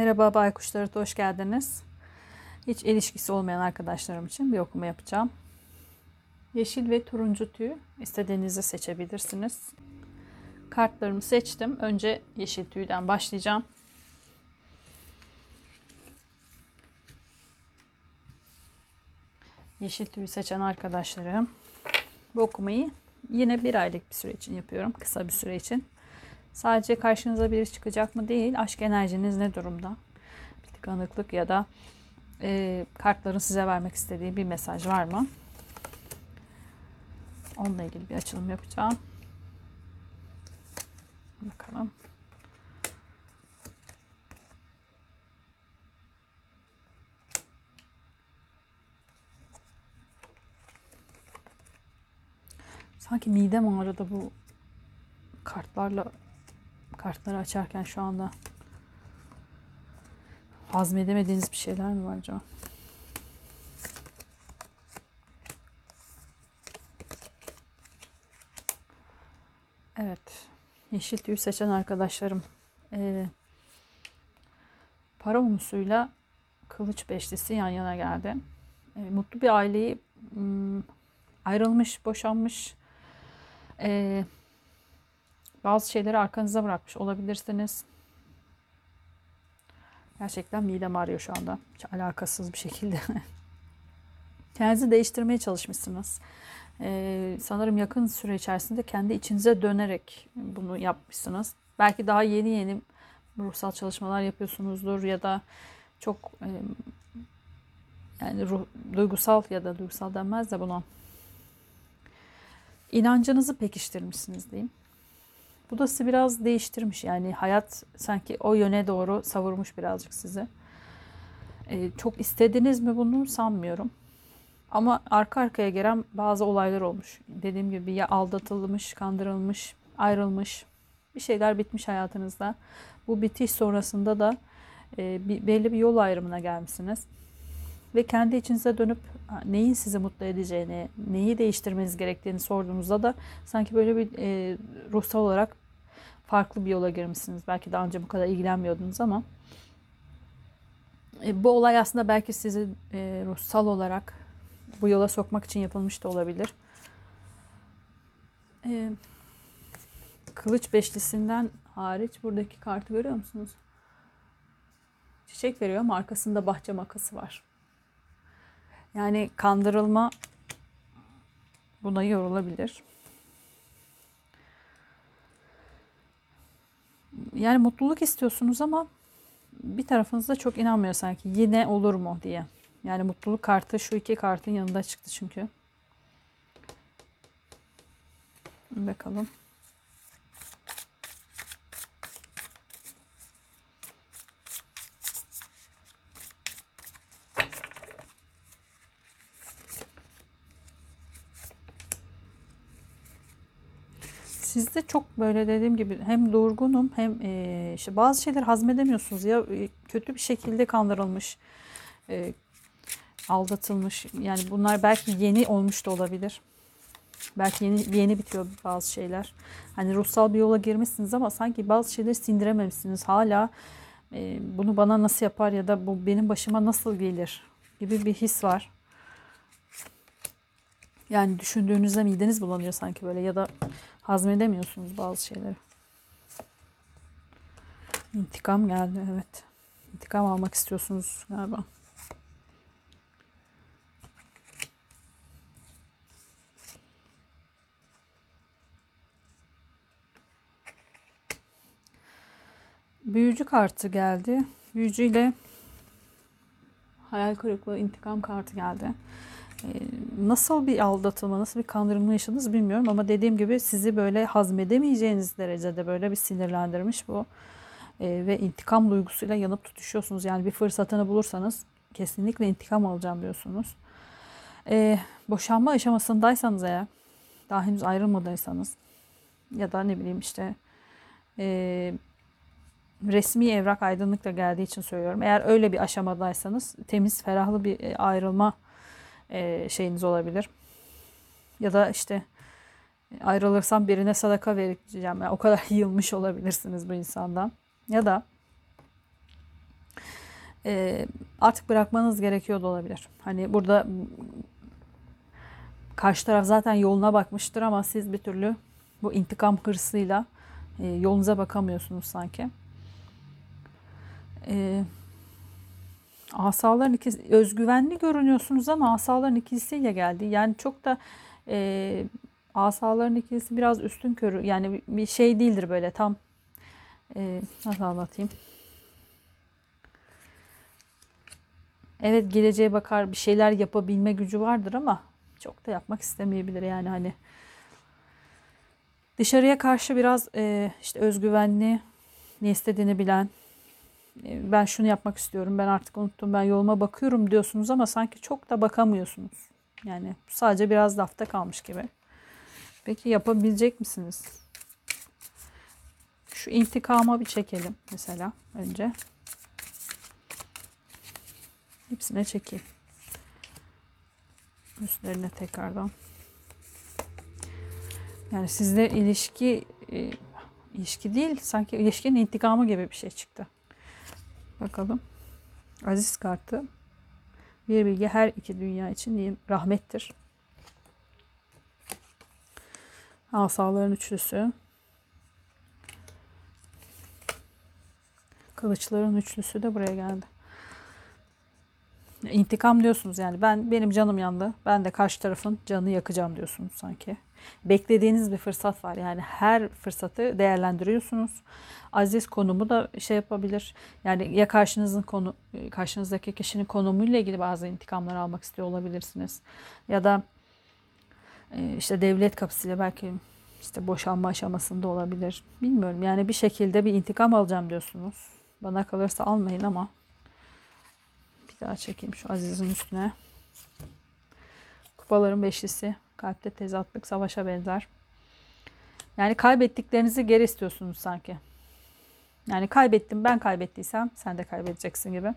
Merhaba Baykuşlara hoş geldiniz. Hiç ilişkisi olmayan arkadaşlarım için bir okuma yapacağım. Yeşil ve turuncu tüy istediğinizi seçebilirsiniz. Kartlarımı seçtim. Önce yeşil tüyden başlayacağım. Yeşil tüyü seçen arkadaşlarım, bu okumayı yine bir aylık bir süre için yapıyorum. Kısa bir süre için. Sadece karşınıza biri çıkacak mı değil, aşk enerjiniz ne durumda? Bir tıkanıklık ya da kartların size vermek istediği bir mesaj var mı? Onunla ilgili bir açılım yapacağım. Bakalım. Sanki midem ağrıdı bu kartları açarken şu anda. Hazmedemediğiniz bir şeyler mi var acaba? Evet. Yeşil tüyü seçen arkadaşlarım. Para unusuyla kılıç beşlisi yan yana geldi. Mutlu bir aileyi ayrılmış, boşanmış, bazı şeyleri arkanıza bırakmış olabilirsiniz. Gerçekten midem ağrıyor şu anda. Hiç alakasız bir şekilde. Kendinizi değiştirmeye çalışmışsınız. Sanırım yakın süre içerisinde kendi içinize dönerek bunu yapmışsınız. Belki daha yeni ruhsal çalışmalar yapıyorsunuzdur ya da çok yani duygusal ya da duygusal denmez de buna. İnancınızı pekiştirmişsiniz diyeyim. Bu da sizi biraz değiştirmiş. Yani hayat sanki o yöne doğru savurmuş birazcık sizi. Çok istediniz mi bunu sanmıyorum. Ama arka arkaya gelen bazı olaylar olmuş. Dediğim gibi ya aldatılmış, kandırılmış, ayrılmış, bir şeyler bitmiş hayatınızda. Bu bitiş sonrasında da belli bir yol ayrımına gelmişsiniz. Ve kendi içinize dönüp neyin sizi mutlu edeceğini, neyi değiştirmeniz gerektiğini sorduğunuzda da sanki böyle bir ruhsal olarak farklı bir yola girmişsiniz. Belki daha önce bu kadar ilgilenmiyordunuz ama bu olay aslında belki sizi ruhsal olarak bu yola sokmak için yapılmış da olabilir. Kılıç beşlisinden hariç buradaki kartı görüyor musunuz? Çiçek veriyor ama arkasında bahçe makası var. Yani kandırılma buna yorulabilir. Yani mutluluk istiyorsunuz ama bir tarafınız da çok inanmıyor sanki. Yine olur mu diye. Yani mutluluk kartı şu iki kartın yanında çıktı çünkü. Bakalım. Sizde çok böyle dediğim gibi hem durgunum hem işte bazı şeyler hazmedemiyorsunuz ya kötü bir şekilde kandırılmış, aldatılmış. Yani bunlar belki yeni olmuş da olabilir. Belki yeni bitiyor bazı şeyler. Hani ruhsal bir yola girmişsiniz ama sanki bazı şeyleri sindirememişsiniz. Hala bunu bana nasıl yapar ya da bu benim başıma nasıl gelir gibi bir his var. Yani düşündüğünüzde mideniz bulanıyor sanki böyle ya da hazmedemiyorsunuz bazı şeyleri. İntikam geldi, evet. İntikam almak istiyorsunuz galiba. Büyücü kartı geldi. Büyücüyle hayal kırıklığı, intikam kartı geldi. Nasıl bir aldatılma, nasıl bir kandırılma yaşadınız bilmiyorum ama dediğim gibi sizi böyle hazmedemeyeceğiniz derecede böyle bir sinirlendirmiş bu. Ve intikam duygusuyla yanıp tutuşuyorsunuz. Yani bir fırsatını bulursanız kesinlikle intikam alacağım diyorsunuz. Boşanma aşamasındaysanız eğer, daha henüz ayrılmadıysanız ya da ne bileyim işte resmi evrak aydınlıkla geldiği için söylüyorum. Eğer öyle bir aşamadaysanız temiz, ferahlı bir ayrılma şeyiniz olabilir. Ya da işte ayrılırsam birine sadaka vereceğim. Yani o kadar yılmış olabilirsiniz bu insandan. Ya da Artık bırakmanız gerekiyor da olabilir. Hani burada karşı taraf zaten yoluna bakmıştır ama siz bir türlü bu intikam hırsıyla yolunuza bakamıyorsunuz sanki. Asaların ikisi, özgüvenli görünüyorsunuz ama asaların ikisiyle geldi. Yani çok da asaların ikisi biraz üstün körü. Yani bir şey değildir böyle tam, nasıl anlatayım. Evet, geleceğe bakar, bir şeyler yapabilme gücü vardır ama çok da yapmak istemeyebilir. Yani hani dışarıya karşı biraz işte özgüvenli, ne istediğini bilen, ben şunu yapmak istiyorum, ben artık unuttum, ben yoluma bakıyorum diyorsunuz ama sanki çok da bakamıyorsunuz. Yani sadece biraz lafta kalmış gibi. Peki yapabilecek misiniz? Şu intikama bir çekelim mesela önce. Hepsine çekeyim. Üstlerine tekrardan. Yani sizde ilişki değil, sanki ilişkinin intikamı gibi bir şey çıktı. Bakalım. Aziz kartı. Bir bilgi her iki dünya için rahmettir. Asaların üçlüsü. Kılıçların üçlüsü de buraya geldi. İntikam diyorsunuz yani. Benim canım yandı. Ben de karşı tarafın canını yakacağım diyorsunuz sanki. Beklediğiniz bir fırsat var. Yani her fırsatı değerlendiriyorsunuz. Aziz konumu da şey yapabilir. Yani ya karşınızdaki kişinin konumuyla ilgili bazı intikamlar almak istiyor olabilirsiniz. Ya da işte devlet kapısıyla belki işte boşanma aşamasında olabilir. Bilmiyorum. Yani bir şekilde bir intikam alacağım diyorsunuz. Bana kalırsa almayın ama bir daha çekeyim şu Aziz'in üstüne. Kupaların beşlisi. Kalpte tezatlık, savaşa benzer. Yani kaybettiklerinizi geri istiyorsunuz sanki. Yani ben kaybettiysem sen de kaybedeceksin gibi.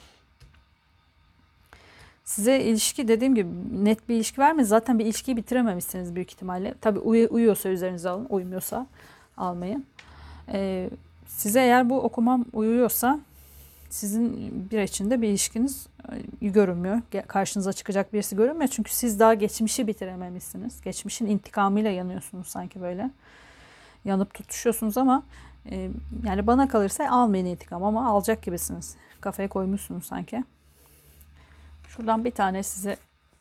Size ilişki, dediğim gibi, net bir ilişki vermez. Zaten bir ilişkiyi bitirememişsiniz büyük ihtimalle. Tabii uyuyorsa üzerinize alın. Uymuyorsa almayın. Size eğer bu okumam uyuyorsa sizin bir içinde bir ilişkiniz görünmüyor. Karşınıza çıkacak birisi görünmüyor. Çünkü siz daha geçmişi bitirememişsiniz. Geçmişin intikamıyla yanıyorsunuz sanki böyle. Yanıp tutuşuyorsunuz ama yani bana kalırsa almayın intikam ama alacak gibisiniz. Kafaya koymuşsunuz sanki. Şuradan bir tane size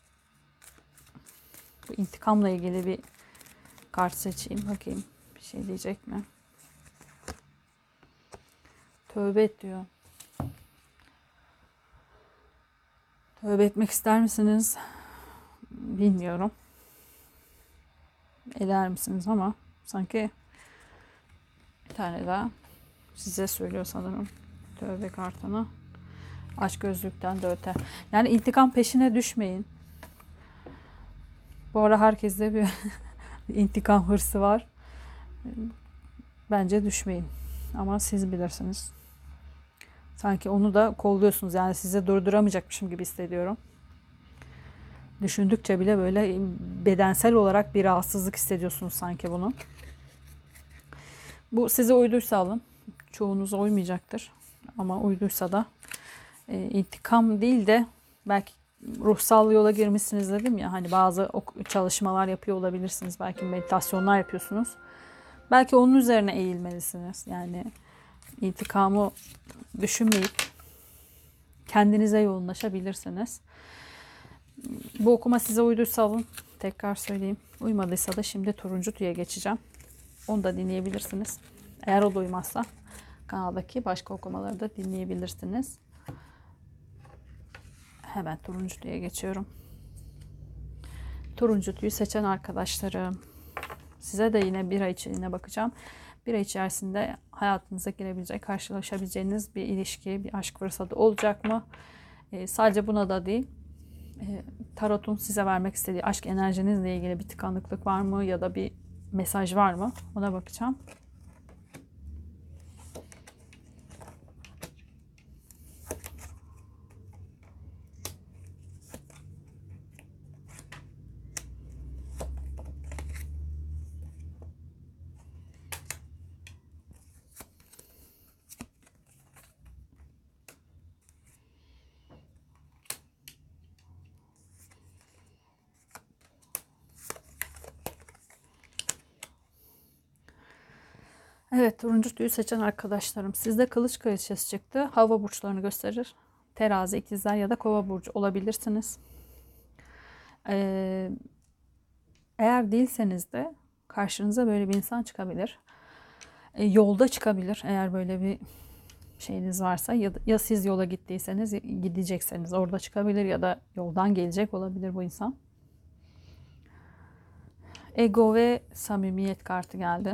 bu intikamla ilgili bir kart seçeyim. Bakayım bir şey diyecek mi? Tövbe et diyor. Tövbe etmek ister misiniz? Bilmiyorum. Eder misiniz ama sanki bir tane daha size söylüyor sanırım. Tövbe kartını. Aşk gözlükten de öte. Yani intikam peşine düşmeyin. Bu ara herkeste bir intikam hırsı var. Bence düşmeyin. Ama siz bilirsiniz. Sanki onu da kolluyorsunuz. Yani size durduramayacakmışım gibi hissediyorum. Düşündükçe bile böyle bedensel olarak bir rahatsızlık hissediyorsunuz sanki bunu. Bu size uyduysa alın. Çoğunuza uymayacaktır. Ama uyduysa da intikam değil de belki ruhsal yola girmişsiniz dedim ya. Hani bazı çalışmalar yapıyor olabilirsiniz. Belki meditasyonlar yapıyorsunuz. Belki onun üzerine eğilmelisiniz. Yani intikamı düşünmeyip kendinize yoğunlaşabilirsiniz. Bu okuma size uyduysa alın. Tekrar söyleyeyim. Uymadıysa da şimdi turuncu tüye geçeceğim. Onu da dinleyebilirsiniz. Eğer o da uymazsa kanaldaki başka okumaları da dinleyebilirsiniz. Hemen turuncu tüye geçiyorum. Turuncu tüyü seçen arkadaşlarım, size de yine bir ay içine bakacağım. Bir ay içerisinde hayatınıza girebilecek, karşılaşabileceğiniz bir ilişki, bir aşk fırsatı olacak mı? Sadece buna da değil. Tarot'un size vermek istediği aşk enerjinizle ilgili bir tıkanıklık var mı? Ya da bir mesaj var mı? Ona bakacağım. Evet, turuncu tüyü seçen arkadaşlarım. Sizde kılıç kraliçesi çıktı. Hava burçlarını gösterir. Terazi, ikizler ya da kova burcu olabilirsiniz. Ee, Eğer değilseniz de karşınıza böyle bir insan çıkabilir. Yolda çıkabilir eğer böyle bir şeyiniz varsa, ya siz yola gittiyseniz, gidecekseniz orada çıkabilir ya da yoldan gelecek olabilir bu insan. Ego ve samimiyet kartı geldi.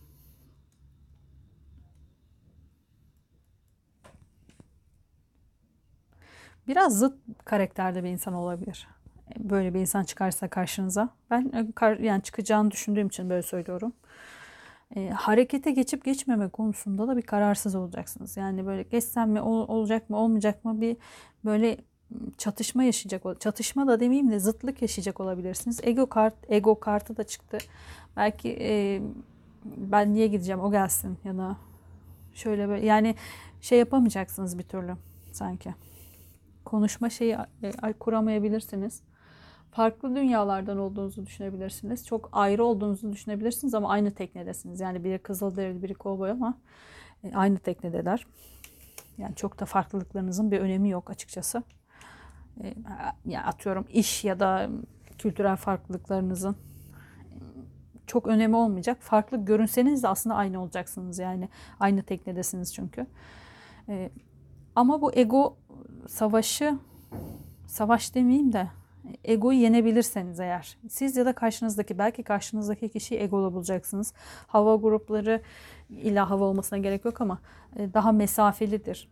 Biraz zıt karakterde bir insan olabilir. Böyle bir insan çıkarsa karşınıza. Ben yani çıkacağını düşündüğüm için böyle söylüyorum. Harekete geçip geçmeme konusunda da bir kararsız olacaksınız. Yani böyle geçsem mi olacak mı olmayacak mı, bir böyle çatışma yaşayacak. Çatışma da demeyeyim de zıtlık yaşayacak olabilirsiniz. Ego kartı da çıktı. Belki ben niye gideceğim, o gelsin ya da şöyle böyle, yani şey yapamayacaksınız bir türlü sanki. Konuşma şeyi kuramayabilirsiniz. Farklı dünyalardan olduğunuzu düşünebilirsiniz. Çok ayrı olduğunuzu düşünebilirsiniz ama aynı teknedesiniz. Yani biri Kızılderili, biri kovboy ama aynı teknedeler. Yani çok da farklılıklarınızın bir önemi yok açıkçası. Yani atıyorum iş ya da kültürel farklılıklarınızın çok önemi olmayacak. Farklı görünseniz de aslında aynı olacaksınız. Yani aynı teknedesiniz çünkü. Ama bu ego savaş demeyeyim de, egoyu yenebilirseniz eğer, siz ya da belki karşınızdaki kişiyi egolu bulacaksınız. Hava grupları, illa hava olmasına gerek yok ama daha mesafelidir.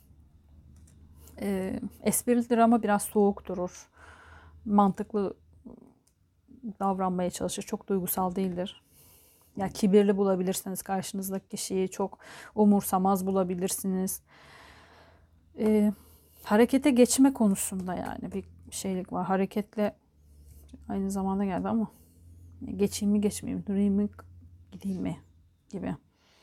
Esprilidir ama biraz soğuk durur. Mantıklı davranmaya çalışır. Çok duygusal değildir. Ya kibirli bulabilirsiniz karşınızdaki kişiyi. Çok umursamaz bulabilirsiniz. Harekete geçme konusunda yani bir şeylik var. Hareketle aynı zamanda geldi ama geçeyim mi geçmeyeyim mi, durayım mı gideyim mi gibi.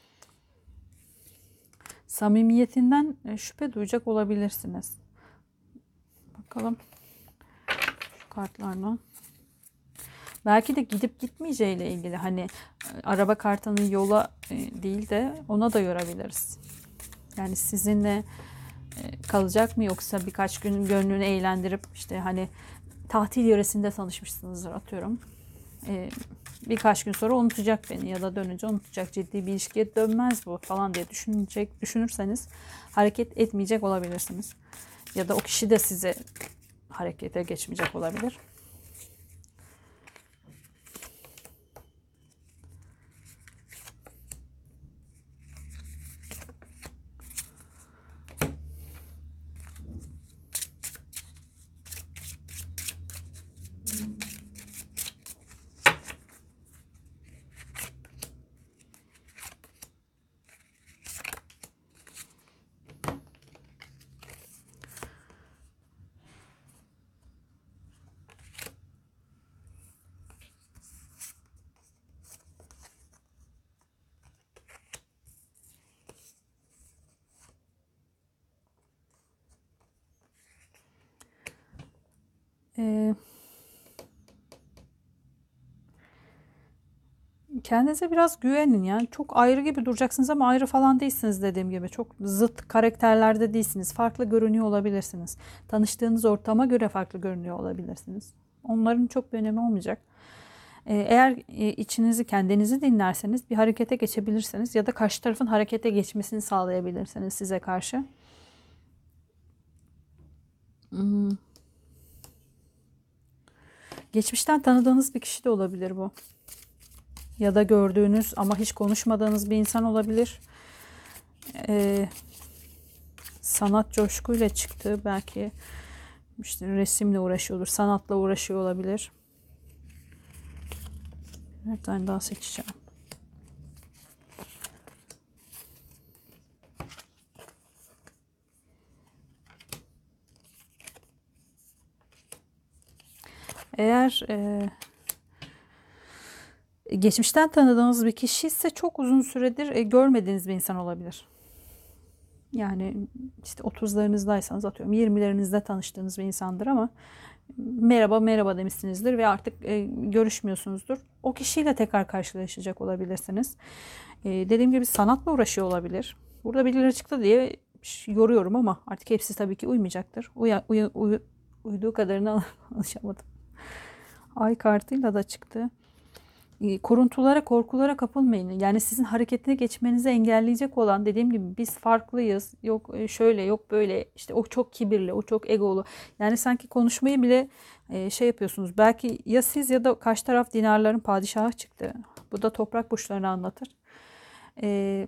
Samimiyetinden şüphe duyacak olabilirsiniz. Bakalım şu kartlardan. Belki de gidip gitmeyeceğiyle ilgili, hani araba kartını yola değil de ona da yorabiliriz. Yani sizinle kalacak mı, yoksa birkaç gün gönlünü eğlendirip işte hani tatil yöresinde tanışmışsınızdır atıyorum. Birkaç gün sonra unutacak beni ya da dönünce unutacak, ciddi bir ilişkiye dönmez bu falan diye düşünürseniz hareket etmeyecek olabilirsiniz. Ya da o kişi de size harekete geçmeyecek olabilir. Kendinize biraz güvenin yani. Çok ayrı gibi duracaksınız ama ayrı falan değilsiniz dediğim gibi. Çok zıt karakterlerde değilsiniz. Farklı görünüyor olabilirsiniz. Tanıştığınız ortama göre farklı görünüyor olabilirsiniz. Onların çok bir önemi olmayacak. Eğer içinizi, kendinizi dinlerseniz bir harekete geçebilirsiniz ya da karşı tarafın harekete geçmesini sağlayabilirsiniz size karşı. Geçmişten tanıdığınız bir kişi de olabilir bu. Ya da gördüğünüz ama hiç konuşmadığınız bir insan olabilir. Sanat coşkuyla çıktı. Belki işte resimle uğraşıyordur, sanatla uğraşıyor olabilir. Bir tane daha seçeceğim. Eğer geçmişten tanıdığınız bir kişi ise çok uzun süredir görmediğiniz bir insan olabilir. Yani işte 30'larınızdaysanız atıyorum 20'lerinizde tanıştığınız bir insandır ama merhaba merhaba demişsinizdir ve artık görüşmüyorsunuzdur. O kişiyle tekrar karşılaşacak olabilirsiniz. Dediğim gibi sanatla uğraşıyor olabilir. Burada birileri çıktı diye yoruyorum ama artık hepsi tabii ki uymayacaktır. Uyduğu kadarına alışamadım. Ay kartıyla da çıktı. Kuruntulara, korkulara kapılmayın. Yani sizin hareketine geçmenizi engelleyecek olan, dediğim gibi biz farklıyız. Yok şöyle, yok böyle. İşte o çok kibirli, o çok egolu. Yani sanki konuşmayı bile şey yapıyorsunuz. Belki ya siz ya da karşı taraf dinarların padişahı çıktı. Bu da toprak burçlarını anlatır. E,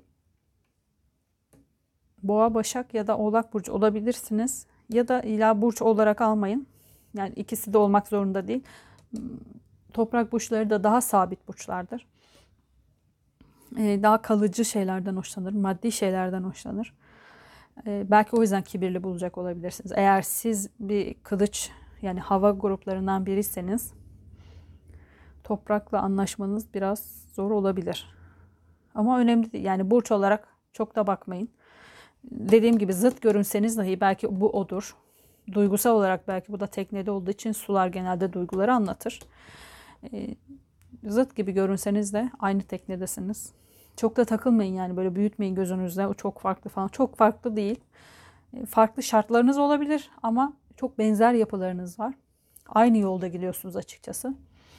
Boğa, Başak ya da Oğlak burcu olabilirsiniz. Ya da illa burç olarak almayın. Yani ikisi de olmak zorunda değil. Toprak burçları da daha sabit burçlardır. Daha kalıcı şeylerden hoşlanır, maddi şeylerden hoşlanır. Belki o yüzden kibirli bulacak olabilirsiniz. Eğer siz bir kılıç, yani hava gruplarından biriyseniz toprakla anlaşmanız biraz zor olabilir. Ama önemli değil. Yani burç olarak çok da bakmayın. Dediğim gibi zıt görünseniz dahi belki bu odur. Duygusal olarak belki bu da teknede olduğu için sular genelde duyguları anlatır. Zıt gibi görünseniz de aynı teknedesiniz. Çok da takılmayın, yani böyle büyütmeyin gözünüzde. O çok farklı falan. Çok farklı değil. Farklı şartlarınız olabilir ama çok benzer yapılarınız var. Aynı yolda gidiyorsunuz açıkçası.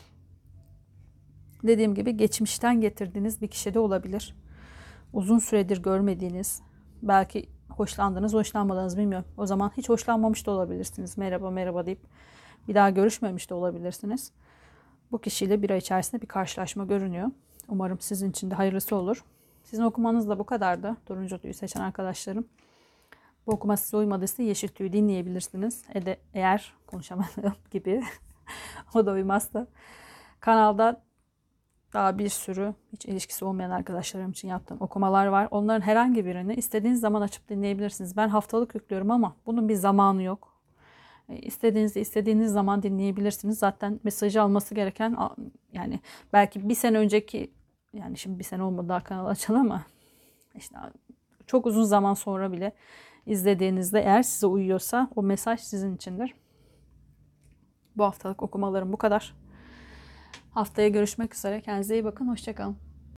Dediğim gibi geçmişten getirdiğiniz bir kişi de olabilir. Uzun süredir görmediğiniz, belki hoşlandınız, hoşlanmadınız bilmiyorum. O zaman hiç hoşlanmamış da olabilirsiniz. Merhaba merhaba deyip bir daha görüşmemiş de olabilirsiniz. Bu kişiyle bir ay içerisinde bir karşılaşma görünüyor. Umarım sizin için de hayırlısı olur. Sizin okumanız da bu kadardı. Turuncu tüyü seçen arkadaşlarım. Bu okuma size uymadıysa yeşil tüyü dinleyebilirsiniz. Eğer konuşamadığım gibi o da uymazsa kanalda daha bir sürü hiç ilişkisi olmayan arkadaşlarım için yaptığım okumalar var. Onların herhangi birini istediğiniz zaman açıp dinleyebilirsiniz. Ben haftalık yüklüyorum ama bunun bir zamanı yok. İstediğiniz zaman dinleyebilirsiniz. Zaten mesajı alması gereken, yani belki bir sene önceki, yani şimdi bir sene olmadı daha kanal açalı ama işte çok uzun zaman sonra bile izlediğinizde eğer size uyuyorsa o mesaj sizin içindir. Bu haftalık okumalarım bu kadar. Haftaya görüşmek üzere. Kendinize iyi bakın. Hoşça kalın.